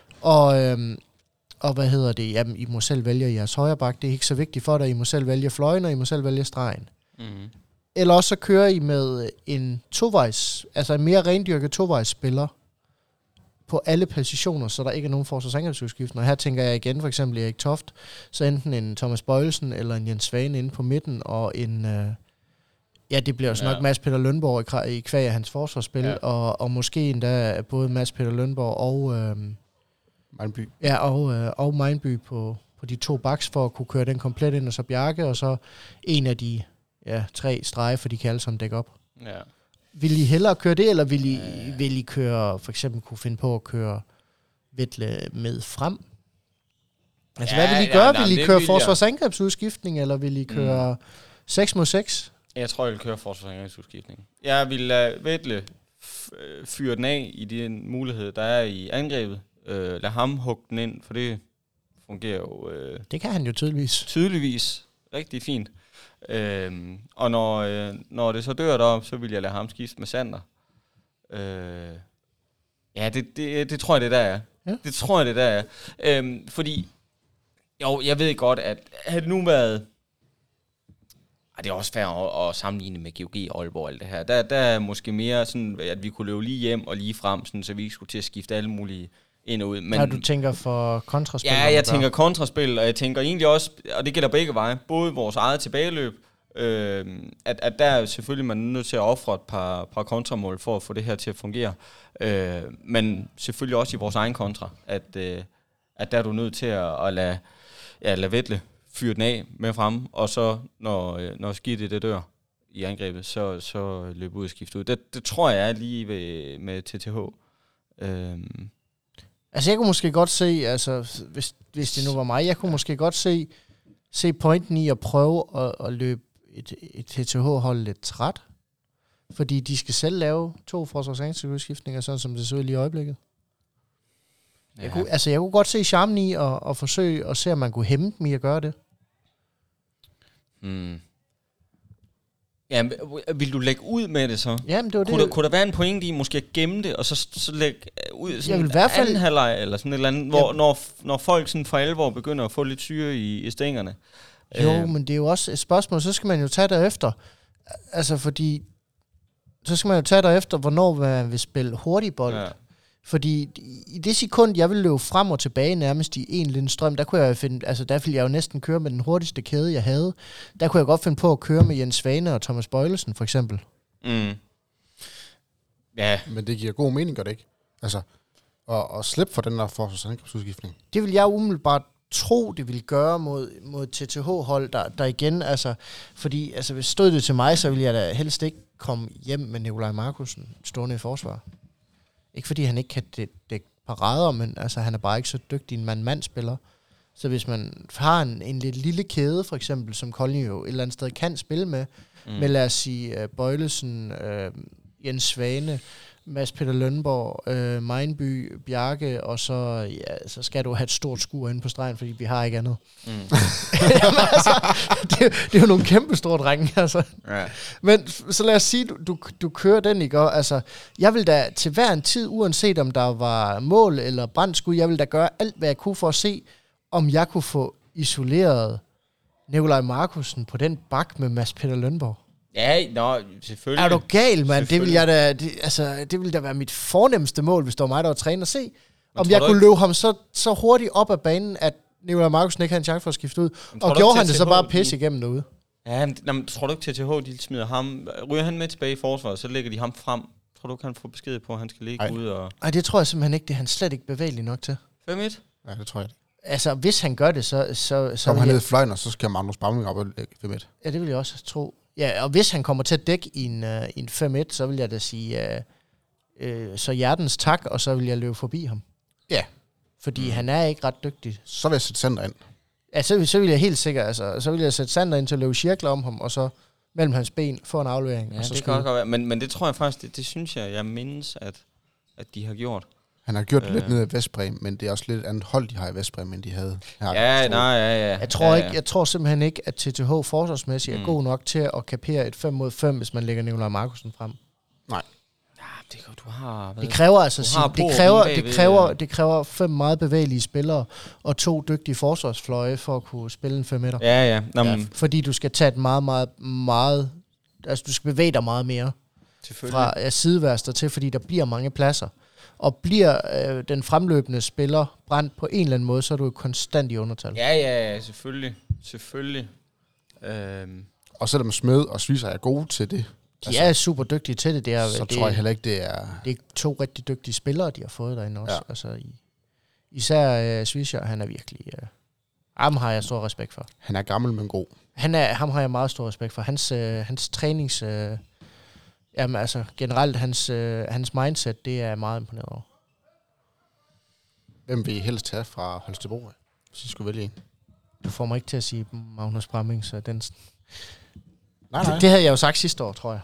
og hvad hedder det? Jamen, I må selv vælge jeres højre bak, det er ikke så vigtigt for dig, I må selv vælge fløjen, og I må selv vælge stregen. Mm-hmm. Eller også så kører I med en tovejs, altså en mere rendyrket tovejsspiller på alle positioner, så der ikke er nogen forsvarsangrebsudskiftninger. Her tænker jeg igen for eksempel Erik Toft, så enten en Thomas Bøjelsen eller en Jens Svane inde på midten, og en, det bliver jo nok Mads Peter Lønborg i kvæg af hans forsvarsspil, og måske endda både Mads Peter Lønborg og Mejnby. Ja, og Mejnby på de 2 backs for at kunne køre den komplet ind, og så Bjarke, og så en af de 3 strege, for de kan alle sammen dække op. Ja. Vil I hellere køre det, eller vil I køre, for eksempel kunne finde på at køre Vettle med frem? Altså, hvad vil I gøre? Vil I køre forsvarsangrebsudskiftning, eller vil I køre 6 mod 6? Jeg tror, jeg vil køre forsvarsangrebsudskiftning. Jeg vil lade Vettle fyre den af i den mulighed, der er i angrebet. Lad ham hugge den ind, for det fungerer jo... Det kan han jo tydeligvis rigtig fint. Og når det så dør derop, så vil jeg lade ham skifte med Sander. Ja, det tror jeg, det der er. Ja. Det tror jeg, det der er. Fordi, jo, jeg ved godt, at havde det nu været... det er også fair at sammenligne med GOG og Aalborg og alt det her. Der er måske mere sådan, at vi kunne løbe lige hjem og lige frem, sådan, så vi ikke skulle til at skifte alle mulige ind og ud. Men, du tænker for kontraspil? Ja, jeg tænker kontraspil, og jeg tænker egentlig også, og det gælder begge veje, både vores eget tilbageløb, at der er selvfølgelig man nødt til at ofre et par kontramål for at få det her til at fungere. Men selvfølgelig også i vores egen kontra, at der er du nødt til at lade Vettle fyre den af med frem, og så når skidtet det dør i angrebet, så løber ud og skifte ud. Det tror jeg er lige med TTH. Altså jeg kunne måske godt se, altså hvis det nu var mig, jeg kunne måske godt se pointen i at prøve at løbe et TTH-hold lidt træt, fordi de skal selv lave 2 forsvarsangstudskiftninger, sådan som det så ud lige i øjeblikket. Ja. Jeg kunne godt se charmen i at forsøge at se, om man kunne hæmme dem i at gøre det. Ja, vil du lægge ud med det så? Jamen, det var kunne der være en pointe i måske at gemme det, og så lægge ud sådan en anden halvleg, eller sådan et eller andet, hvor når folk sådan for alvor begynder at få lidt syre i stængerne? Jo, men det er jo også et spørgsmål, så skal man jo tage derefter. Altså, fordi så skal man jo tage derefter, hvornår man vil spille hurtig bold. Ja. Fordi i det sekund, jeg vil løbe frem og tilbage nærmest i en lille strøm, der kunne jeg der ville jeg jo næsten køre med den hurtigste kæde, jeg havde. Der kunne jeg godt finde på at køre med Jens Svane og Thomas Bøjlesen, for eksempel. Ja. Men det giver god mening, gør det ikke? Altså, at slippe for den der forsvarsangrebsudskiftning. Det vil jeg umiddelbart tro, det vil gøre mod TTH-hold, der igen, altså, fordi altså, hvis stod det til mig, så ville jeg da helst ikke komme hjem med Nikolaj Markussen stående i forsvar. Ikke fordi han ikke kan dække parader, men altså, han er bare ikke så dygtig en mand-mand-spiller. Så hvis man har en lidt lille kæde, for eksempel, som Kolding jo et eller andet sted kan spille med lad os sige Bøjlesen, Jens Svane, Mads Peter Lønborg, Mejnby, Bjarke, og så skal du have et stort skur inde på stregen, fordi vi har ikke andet. Jamen, altså, det er jo nogle kæmpe store drenge, altså. Ja. Men så lad os sige, du kører den, ikke? Altså, jeg vil da til hver en tid, uanset om der var mål eller brandskud, jeg vil da gøre alt, hvad jeg kunne for at se, om jeg kunne få isoleret Nikolaj Markussen på den bak med Mads Peter Lønborg. Ja, selvfølgelig. Er du gal, mand? Det vil jeg da, det ville da være mit fornemmeste mål, hvis det var mig, der var træner, at se. Om jeg kunne løbe ham så hurtigt op ad banen, at Nikolaj Markussen ikke havde en chance for at skifte ud. Og gjorde han det så bare pisse igennem derude. Ja, men tror du ikke, TTH, de smider ham? Ryger han med tilbage i forsvaret, så lægger de ham frem. Tror du ikke, han får besked på, at han skal ligge ud? Nej, det tror jeg simpelthen ikke. Det er han slet ikke bevægelig nok til. 5-1? Ja, det tror jeg. Altså, hvis han gør det, så kommer han ned i fløjen, og så skal Magnus Bramming op og lægge 5-1. Ja, det vil jeg også tro. Ja, og hvis han kommer til at dække i en 5-1, så vil jeg da sige, så hjertens tak, og så vil jeg løbe forbi ham. Ja. Fordi han er ikke ret dygtig. Så vil jeg sætte Sander ind. Ja, så vil jeg helt sikkert, altså, så vil jeg sætte Sander ind til at løbe cirkler om ham, og så mellem hans ben få en aflevering. Ja, og så det kan godt være, men det tror jeg faktisk, det synes jeg mindes, at de har gjort. Han har gjort det lidt nede i Vestbrem, men det er også lidt andet hold, de har i Vestbrem, end de havde her. Ja. Jeg tror simpelthen ikke, at TTH forsvarsmæssigt er god nok til at kapere et 5 mod 5, hvis man lægger Nikolaj Markussen frem. Nej. Ja, du har... Det kræver altså det kræver 5 meget bevægelige spillere og 2 dygtige forsvarsfløje for at kunne spille en 5-meter. Ja. Fordi du skal tage et meget... Altså, du skal bevæge dig meget mere fra sideværster til, fordi der bliver mange pladser. Og bliver den fremløbende spiller brændt på en eller anden måde, så er du konstant i undertal. Ja, selvfølgelig. Og selvom Smed og Sviser er gode til det, de er super dygtige til det. Så tror jeg heller ikke, det er... Det er 2 rigtig dygtige spillere, de har fået derinde også. Ja. Altså, især Sviser, han er virkelig... ham har jeg stor respekt for. Han er gammel, men god. Ham har jeg meget stor respekt for. Hans trænings... Jamen altså, generelt hans mindset, det er meget imponeret over. Hvem vil I helst tage fra Holstebro, hvis I skulle vælge en? Du får mig ikke til at sige Magnus Bramming, så den... Nej. Det havde jeg jo sagt sidste år, tror jeg.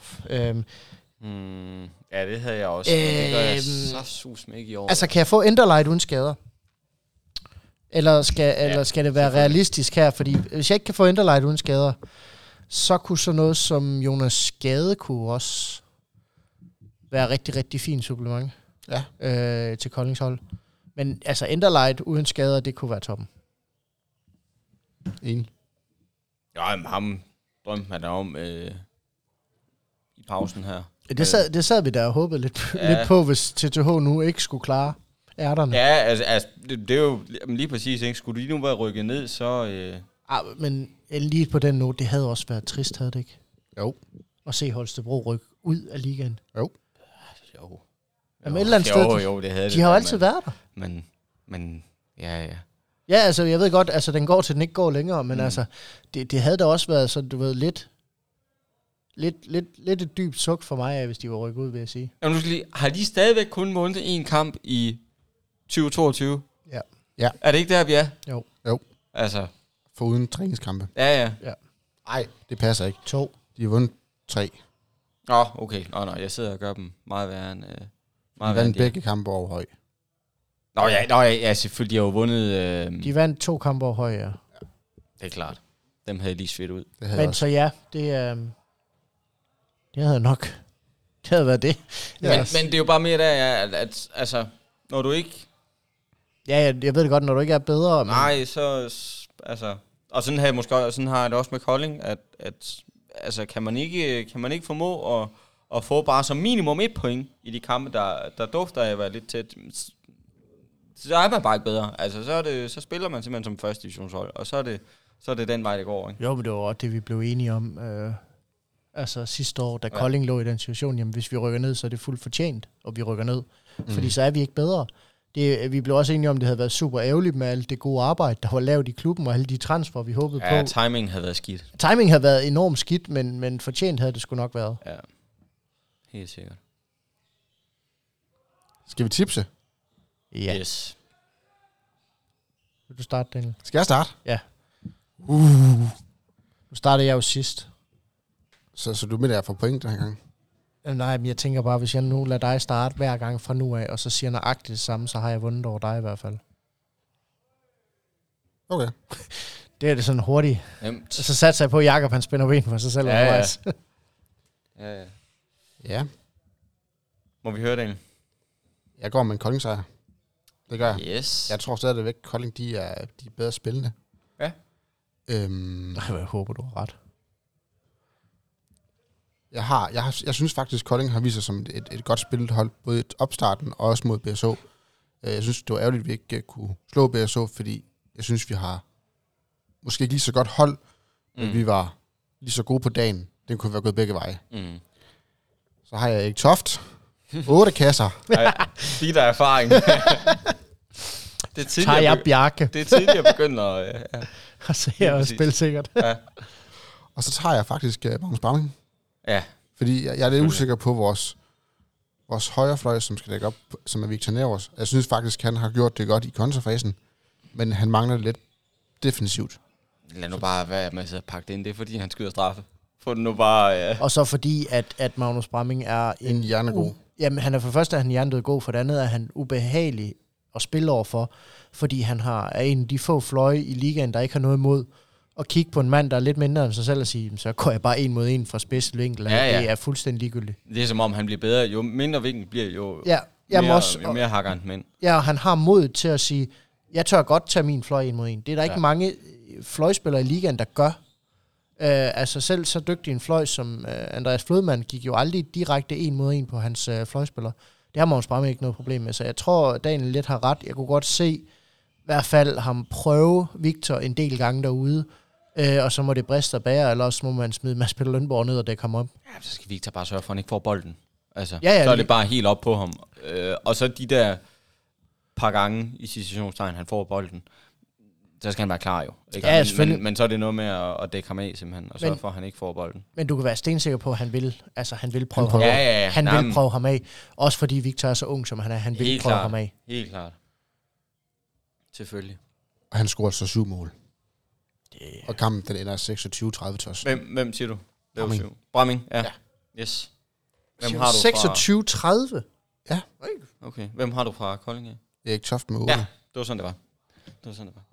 Ja, det havde jeg også. Det gør jeg så sus med ikke i år. Altså, kan jeg få Enderlight uden skader? Eller skal det være realistisk her? Fordi hvis jeg ikke kan få Enderlight uden skader, så kunne sådan noget som Jonas Skade kunne også være rigtig, rigtig fint supplement til Koldings hold. Men altså Enderlight uden skader, det kunne være toppen. Enig. Ja, ham drømte man om i pausen her. Det sad vi der og håbede lidt på, hvis TTH nu ikke skulle klare ærterne. Ja, altså det er jo lige præcis, ikke? Skulle de nu være rykket ned, så... Men lige på den note, det havde også været trist, havde det ikke? Jo. At se Holstebro rykke ud af ligaen. Jo. Jamen et eller andet sted. Jo, det havde de har jo altid været der. Men ja. Ja, altså jeg ved godt, altså den går til den ikke går længere, men altså det havde da også været sådan, du ved, lidt et dybt suk for mig, hvis de var rykket ud, vil jeg sige. Jamen, har de stadigvæk kun vundet en kamp i 2022? Ja. Er det ikke der, vi er? Jo. Altså. Foruden træningskampe. Ja. Nej, det passer ikke. 2. De har vundet 3. Okay. Nå, jeg sidder og gør dem meget værre end... De vandt begge kampe over Høj. Nå ja, selvfølgelig. De har jo vundet... De vandt 2 kampe over Høj, ja. Det er klart. Dem havde lige svedt ud. Men så ja, det havde nok... Det havde været det. Men det er jo bare mere der, at altså, når du ikke... Ja, jeg ved det godt, når du ikke er bedre. Nej, så... Altså... Og sådan har jeg det også med Kolding, at altså, kan man ikke formå at få bare som minimum 1 point i de kampe, der dufter af at være lidt tæt, så er man bare ikke bedre. Altså, så spiller man simpelthen som første divisionshold, og så er det den vej, det går, ikke? Jo, men det var også det, vi blev enige om altså sidste år, da Kolding lå i den situation. Jamen, hvis vi rykker ned, så er det fuldt fortjent, og vi rykker ned. Fordi så er vi ikke bedre. Vi blev også enige om, det havde været super ærgerligt med alt det gode arbejde, der var lavet i klubben, og alle de transfer, vi håbede på. Ja, timing havde været skidt. Timing havde været enormt skidt, men fortjent havde det sgu nok været. Ja, helt sikkert. Skal vi tipse? Ja. Yes. Vil du starte, Daniel? Skal jeg starte? Ja. Nu startede jeg jo sidst. Så du mener, jeg får point den her gang? Nej, men jeg tænker bare, hvis jeg nu lader dig starte hver gang fra nu af, og så siger nøjagtigt det samme, så har jeg vundet over dig i hvert fald. Okay. Det er det sådan hurtigt. Nemt. Så satser jeg på, at Jakob han spænder ben for sig selv. Ja. Ja. Må vi høre, Daniel? Jeg går med en Kolding-sejr. Det gør jeg. Yes. Jeg tror stadigvæk, at Kolding de er bedre spillende. Ja. Jeg håber, du har ret. Jeg synes faktisk, at Kolding har vist sig som et godt spillet hold, både i opstarten og også mod BSO. Jeg synes, det var ærgerligt, at vi ikke kunne slå BSO, fordi jeg synes, vi har måske ikke lige så godt hold, men vi var lige så gode på dagen. Den kunne være gået begge veje. Så har jeg Erik Toft. 8 kasser. Dit er erfaring. Det tager jeg Bjarke. Det er tidligere begynder at... Og så er jeg også spille sikkert. Ja. Og så tager jeg faktisk Magnus Bramming. Ja. Fordi jeg er lidt usikker på vores højrefløj, som skal lægge op, som er Victor Nevers. Jeg synes faktisk, han har gjort det godt i kontrafasen, men han mangler lidt defensivt. Lad nu bare være med at pakke det ind. Det er, fordi han skyder straffe. Få den nu bare... Og så fordi, at Magnus Bramming er en hjernegod. Jamen, han er for første, at han hjernedød god, for det andet er han ubehagelig at spille over for, fordi han er en af de få fløje i ligaen, der ikke har noget imod at kigge på en mand, der er lidt mindre end sig selv og sige, så går jeg bare 1 mod 1 fra spidsvinkel. Ja. Det er fuldstændig ligegyldigt. Det er som om, han bliver bedre. Jo mindre vinkel bliver, jo mere hakker han med. Ja, og han har mod til at sige, jeg tør godt tage min fløj 1 mod 1. Det er der ikke mange fløjspillere i ligaen, der gør. Altså selv så dygtig en fløj som Andreas Flodman gik jo aldrig direkte 1 mod 1 på hans fløjspiller. Det har Magnus Bramming ikke noget problem med. Så jeg tror, Daniel lidt har ret. Jeg kunne godt se i hvert fald ham prøve Victor en del gange derude. Og så må det briste og bære, eller også må man smide Mads Peter Lønborg ned og dække ham op. Ja, så skal Victor bare sørge for, at han ikke får bolden. Altså, så er det bare helt op på ham. Og så de der par gange i situationstegn, han får bolden, så skal han være klar jo. Ikke? Ja, men så er det noget med at dække ham af simpelthen, og sørge for, at han ikke får bolden. Men du kan være stensikker på, at han vil prøve ham af. Han vil prøve ham af. Også fordi Victor er så ung, som han er. Han vil prøve ham af. Helt klart. Selvfølgelig. Og han scorede så 7 mål. Og kampen, den ender 26-30 til os. Hvem siger du? Bramming, ja. Yes. Hvem har du 26-30? Ja. Okay. Hvem har du fra Kolding? Erik Toft med 8. Ja, det var sådan, det var. Det var sådan, det var.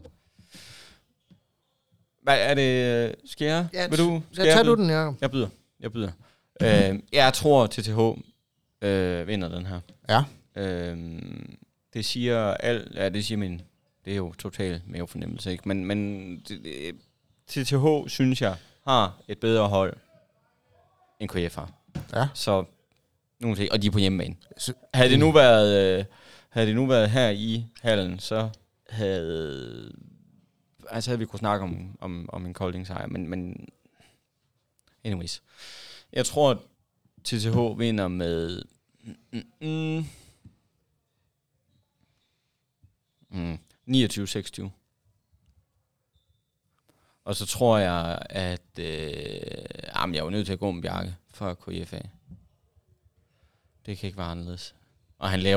Hvad er det? Skal jeg? Ja, Vil du? tager du den, Jacob? Jeg byder. Jeg tror, TTH vinder den her. Ja. Det siger alt. Ja, det siger min. Det er jo total mavefornemmelse, ikke? Men TTH, synes jeg, har et bedre hold end KF har. Ja. Så nogle ting, og de er på hjemmebane. Havde det nu været her i hallen, så havde vi kunne snakke om en Kolding-sejr, men anyways. Jeg tror, at TTH vinder med 29-26. Og så tror jeg, at jeg er jo nødt til at gå med Bjarke fra KFA. Det kan ikke være anderledes. Og han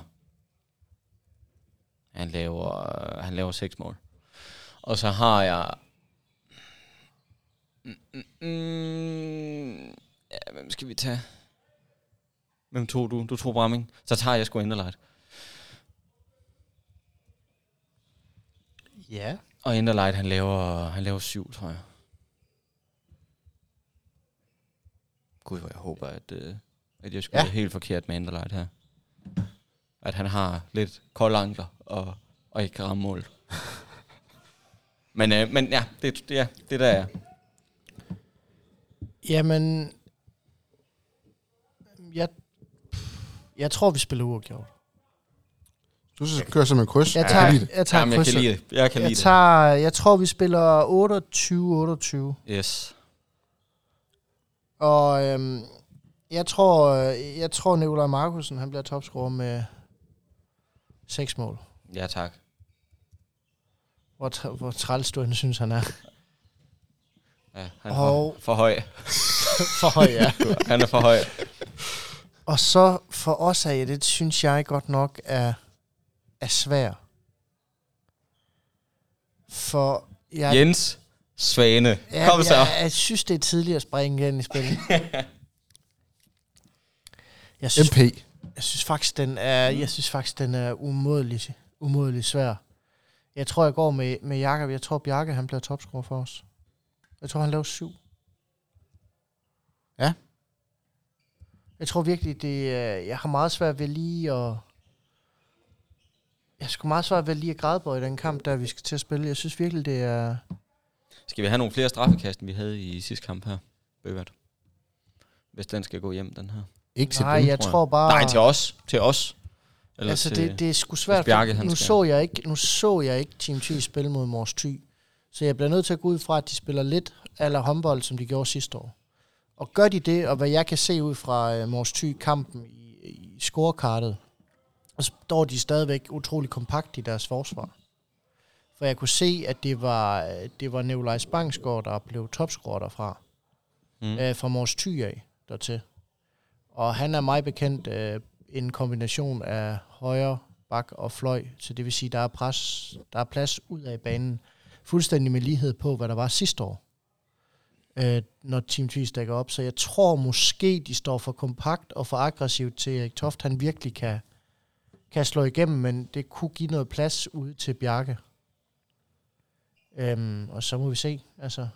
laver 6 mål. Og så har jeg hvem skal vi tage? Hvem tog du? Du tog Bramming. Så tager jeg sgu Enderleit. Ja. Og Enderleit, han laver 7, tror jeg. Gud, hvor jeg håber, at jeg skulle være helt forkert med Enderleit her. At han har lidt kolde ankler og ikke kan ramme mål. men ja, det der er. Jamen, jeg tror, vi spiller uafgjort. Du kører som en kryds. Jeg tager Jamen, jeg kan lide det. Jeg tror, vi spiller 28-28. Yes. Og jeg tror Nikolaj Markusen, han bliver topscorer med 6 mål. Ja, tak. Hvor træls du synes, han er. Ja, han er for høj. For høj, ja. Han er for høj. Og så for os af det, synes jeg godt nok er svær. For Jens Svane. Kom så. Jeg synes, det er tidligt at springe ind i spillet. Jeg synes faktisk, den er umådelig svær. Jeg tror, jeg går med Jakob. Jeg tror, Bjarke, han bliver topscorer for os. Jeg tror, han laver 7. Ja. Jeg tror virkelig, jeg har meget svært ved lige at... Jeg skulle meget svært ved lige at grædebøje i den kamp, der vi skal til at spille. Jeg synes virkelig, det er... Skal vi have nogle flere straffekast, end vi havde i sidste kamp her, Bøgert? Hvis den skal gå hjem, den her. Ikke til Nej, jeg tror bare... Nej, til os. Eller altså, det er sgu svært. Bjarke, nu så jeg ikke Team Thy spille mod Mors Thy. Så jeg bliver nødt til at gå ud fra, at de spiller lidt eller håndbold, som de gjorde sidste år. Og gør de det, og hvad jeg kan se ud fra Mors Thy-kampen i scorekartet, så står de stadigvæk utrolig kompakt i deres forsvar. For jeg kunne se, at det var Nikolaj Spangsgaard, der blev topscorer derfra. Fra Mors Thy af dertil. Og han er meget bekendt en kombination af højre, bak og fløj. Så det vil sige, der er plads ud af banen. Fuldstændig med lighed på, hvad der var sidste år. Når Team Thy dækker op. Så jeg tror måske, de står for kompakt og for aggressivt til Erik Toft. Han virkelig kan slå igennem, men det kunne give noget plads ud til Bjarke. Og så må vi se. Altså.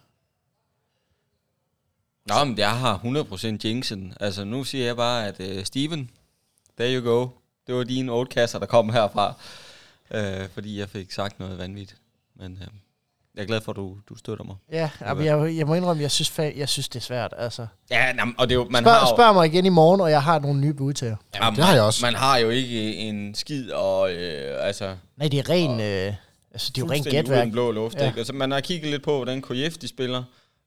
Nå, men jeg har 100% jinxen. Altså, nu siger jeg bare, at Steven, there you go. Det var dine 8 kasser, der kom herfra. Fordi jeg fik sagt noget vanvittigt. Men jeg er glad for, at du støtter mig. Ja, jeg må indrømme, jeg synes det er svært. Altså. Ja, og det er jo, spørg mig igen i morgen, og jeg har nogle nye bud til jer. Ja, det har jeg også. Man har jo ikke en skid, og altså... Nej, det er ren... altså, det er jo ren gætværk. Den blå luft, ikke? Altså, man har kigget lidt på, hvordan KF de spiller.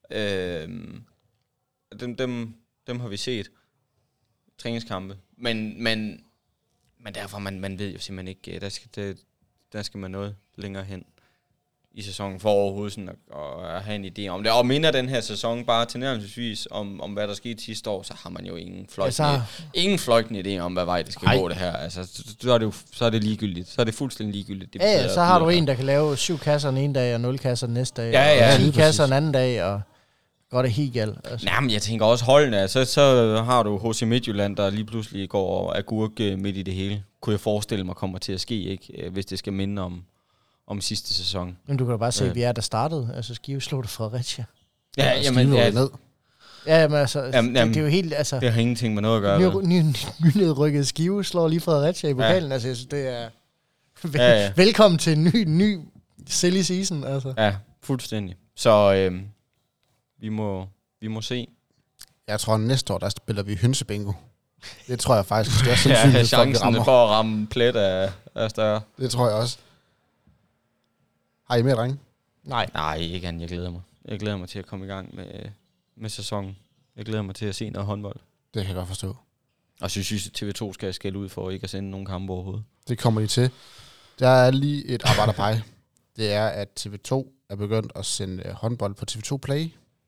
Dem har vi set. Træningskampe. Men derfor, man ved jo simpelthen ikke, der skal man noget længere hen i sæsonen, for overhovedet sådan at have en idé om det. Og minder den her sæson bare tilnærmelsesvis om hvad der skete sidste år, så har man jo ingen fløjtende idé om, hvad vej det skal gå det her. Altså, så er det ligegyldigt. Så er det fuldstændig ligegyldigt. Så har du en, der kan lave 7 kasser den ene dag, og 0 kasser den næste dag, og 10 kasser den anden dag, og går det helt galt. Altså. Nej, men jeg tænker også holdene. Så har du HC Midtjylland, der lige pludselig går agurk midt i det hele. Kunne jeg forestille mig kommer til at ske, ikke? Hvis det skal minde om sidste sæson. Men du kan jo bare se, at vi er der startede. Altså, Skive slog det Fredericia. Ja, jamen, ned. Ja, men altså, det er jo helt, altså... Det har ingenting med noget at gøre. Nynedrykket Skive slår lige Fredericia i pokalen. Ja. Altså, jeg synes, det er... Ja. Velkommen til en ny silly season, altså. Ja, fuldstændig. Så vi må se. Jeg tror, næste år, der spiller vi hønsebingo. Det tror jeg faktisk er større sandsynlighed for, at vi chancen rammer. for at ramme plet er større. Det tror jeg også. Har I mere, drenge? Nej, ikke andet. Jeg glæder mig. Jeg glæder mig til at komme i gang med sæsonen. Jeg glæder mig til at se noget håndbold. Det kan jeg godt forstå. Og så synes jeg, at TV2 skal skælde ud for ikke at sende nogen kampe overhovedet. Det kommer de til. Der er lige et arbejderpej. Det er, at TV2 er begyndt at sende håndbold på TV2 Play.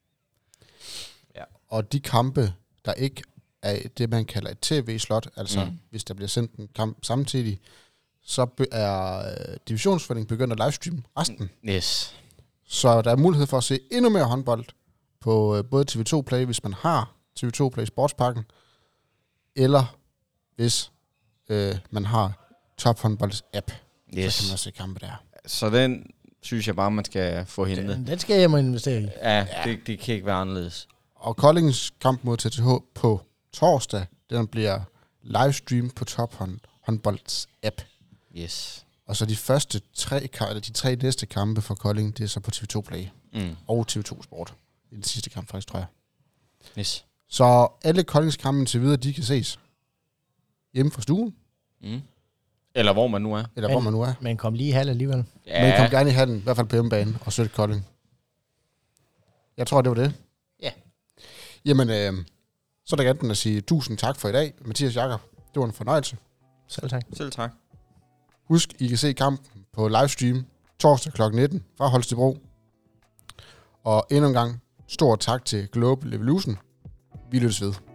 Ja. Og de kampe, der ikke er det, man kalder et tv-slot, altså hvis der bliver sendt en kamp samtidig, så er divisionsforeningen begyndt at livestreame resten. Yes. Så der er mulighed for at se endnu mere håndbold på både TV2 Play, hvis man har TV2 Play Sportsparken, eller hvis man har Top Håndbolds app, Yes. så kan man se kampe der. Så den synes jeg bare, man skal få hentet. Den skal jeg må investere i. Ja. Det kan ikke være anderledes. Og Koldings kamp mod TTH på torsdag, den bliver livestream på Top Håndbolds app. Yes. Og så de tre næste kampe for Kolding, det er så på TV2 Play og TV2 Sport. Det er den sidste kamp faktisk, tror jeg. Yes. Så alle Koldings kampe til videre, de kan ses hjemme fra stuen. Eller hvor man nu er. Eller hvor man nu er. Men kom lige i halv alligevel. Ja. Men kom gerne i hallen, i hvert fald på hjemmebane, og sødt Kolding. Jeg tror, det var det. Ja. Jamen, så er der gerne at sige tusind tak for i dag, Mathias Jakob. Det var en fornøjelse. Selv tak. Selv tak. Husk, I kan se kampen på livestream torsdag kl. 19 fra Holstebro. Og endnu en gang, stor tak til Global Evolution. Vi lyttes ved.